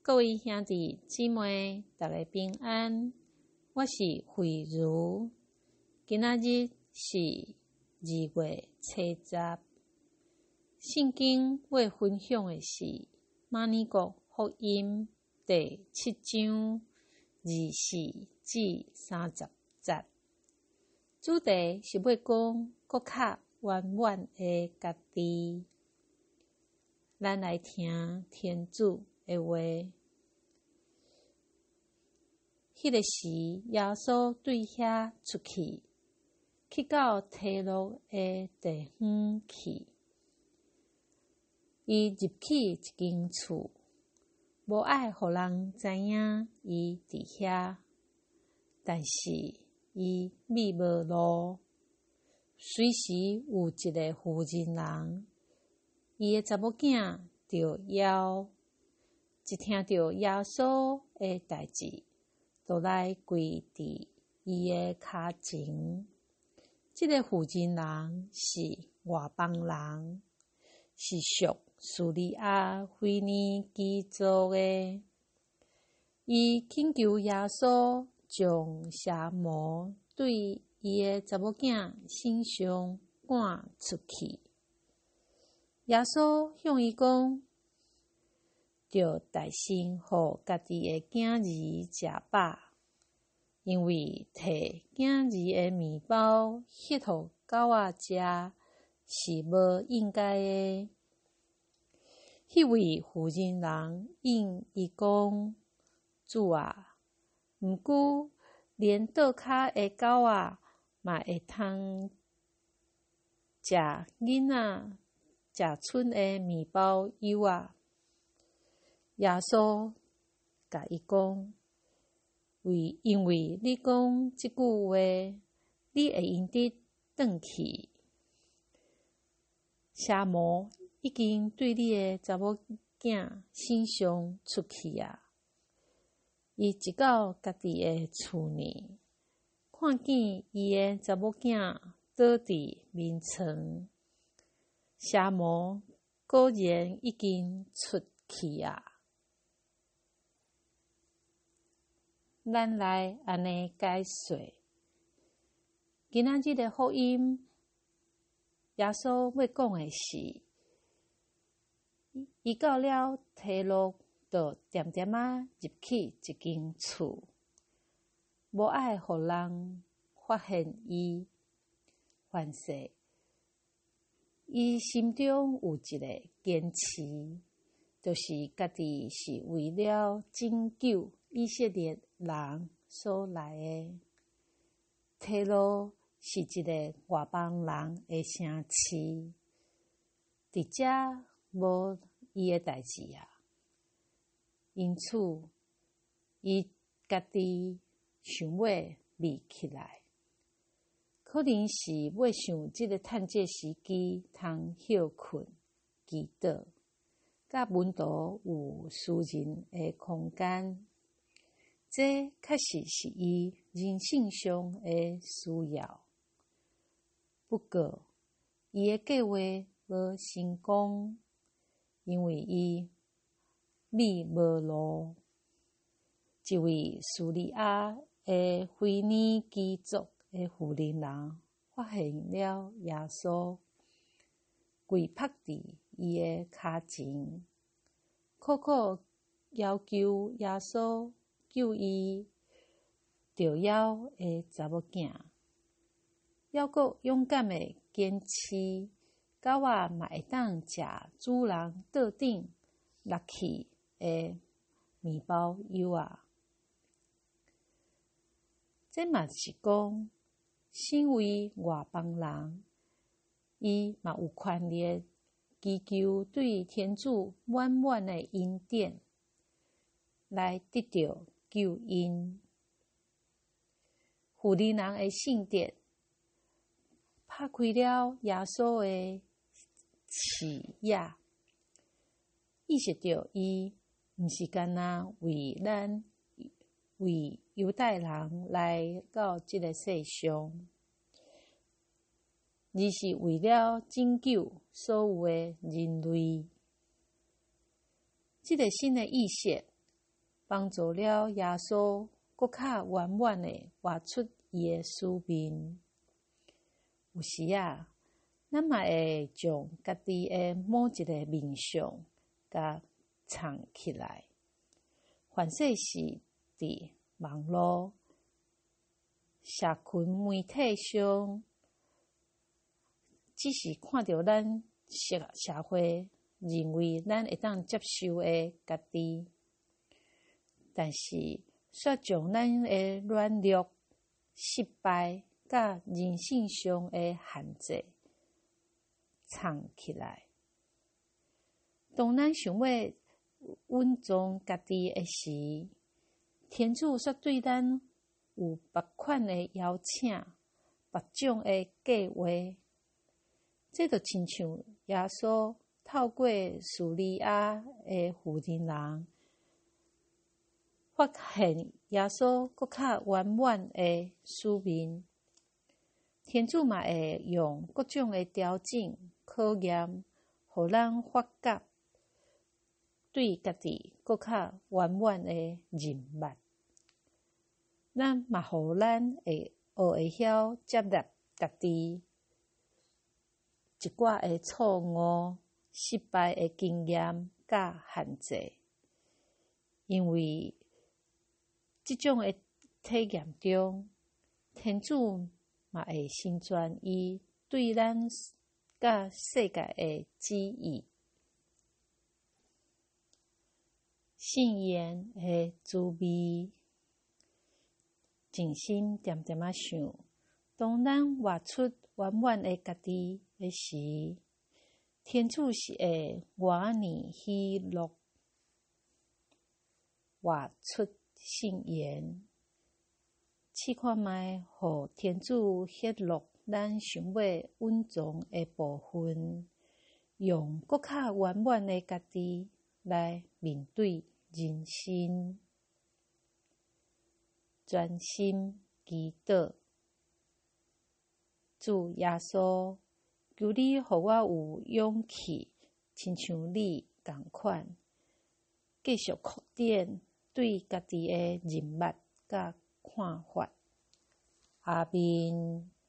各位兄弟姊妹，大家平安。我是慧茹。今仔日是2月初10。圣经要分享的是马尼谷福音第7章24至30节。主题是要讲搁较圆满的家己。咱来听天主的话。迄个时，耶稣对遐出去到提洛的地方去。伊入去一间厝，无爱互人知影伊伫遐，但是伊迷无路。随时有一个妇人人，伊的查某囝着枵，一听到耶稣的代志，就来跪伫伊的骹前。这个妇人人是外邦人，是属叙利亚腓尼基族的。伊请求耶稣将邪魔对伊的查某囝身上赶出去。耶稣向伊讲，着大声互家己的囝儿食饱，因为摕囝儿的面包迄互狗仔食是无应该的。迄位妇人人应伊讲，主啊，毋过连倒骹的狗仔嘛会通食囡仔食剩的面包油啊。耶稣甲伊讲，因为你讲即句话，你会用得转去。邪魔已经对你的查某囝身上出去啊！伊一到家己的厝内，看见伊的查某囝倒伫面床，邪魔果然已经出去啊！咱来安尼解说，今仔日的福音，耶稣要讲的是，伊到了提洛，就点点入去一间厝，无爱互人发现伊。凡是伊心中有一个坚持，就是家己是为了拯救以色列人所来的。提洛是一个外邦人的城市，伫遮无伊的代志啊。因此，伊家己想要立起来，可能是要想即个趁这时机通休困、祈祷，甲门徒有私人的空间。这确实是伊人性上的需要。不过，伊的计划无成功，因为伊迷无路。一位叙利亚的腓尼基族的妇人人发现了耶稣，跪趴伫伊的骹前，苦苦要求耶稣救伊着枵的查某囝，还阁勇敢的坚持，狗仔嘛会当食主人桌顶落去的面包油啊！这嘛是讲，身为外邦人，伊嘛有权利祈求对天主满满的恩典，来得到救恩。妇人人的圣殿拍开了耶稣的视野，意识到伊毋是干那为犹太人来到这个世上，而是为了拯救所有的人类。这个新的意识帮助了耶稣搁较圆满地活出伊的使命。有时啊，咱嘛会将家己的某一个面相甲藏起来，凡说是伫网络、社群媒体上，只是看到咱社会认为咱会当接受的家己，但是却将咱的软弱、失败甲人性上的限制藏起来。当咱想要稳重家己的时，天主却对咱有别款的邀请，别种的计划。这就亲像耶稣透过叙利亚的妇人人，发现耶稣搁较圆满的使命。天主嘛会用各种的调整、考验，互咱发觉对家己搁较圆满的认捌。咱嘛互咱会晓接纳家己一寡的错误、失败的经验甲限制，因为这种的体验中，天主嘛会成全伊对咱甲世界的旨意。圣言的滋味，静心点点仔想，当咱活出圆满的家己的时，天主是会我年喜乐。活出圣言，试看觅，互天主揭露咱想要稳重的部分，用搁较圆满的家己来面对人生。专心祈祷，主耶稣，求你互我有勇气，亲像你同款，继续扩展对家己的认捌甲看法。阿们。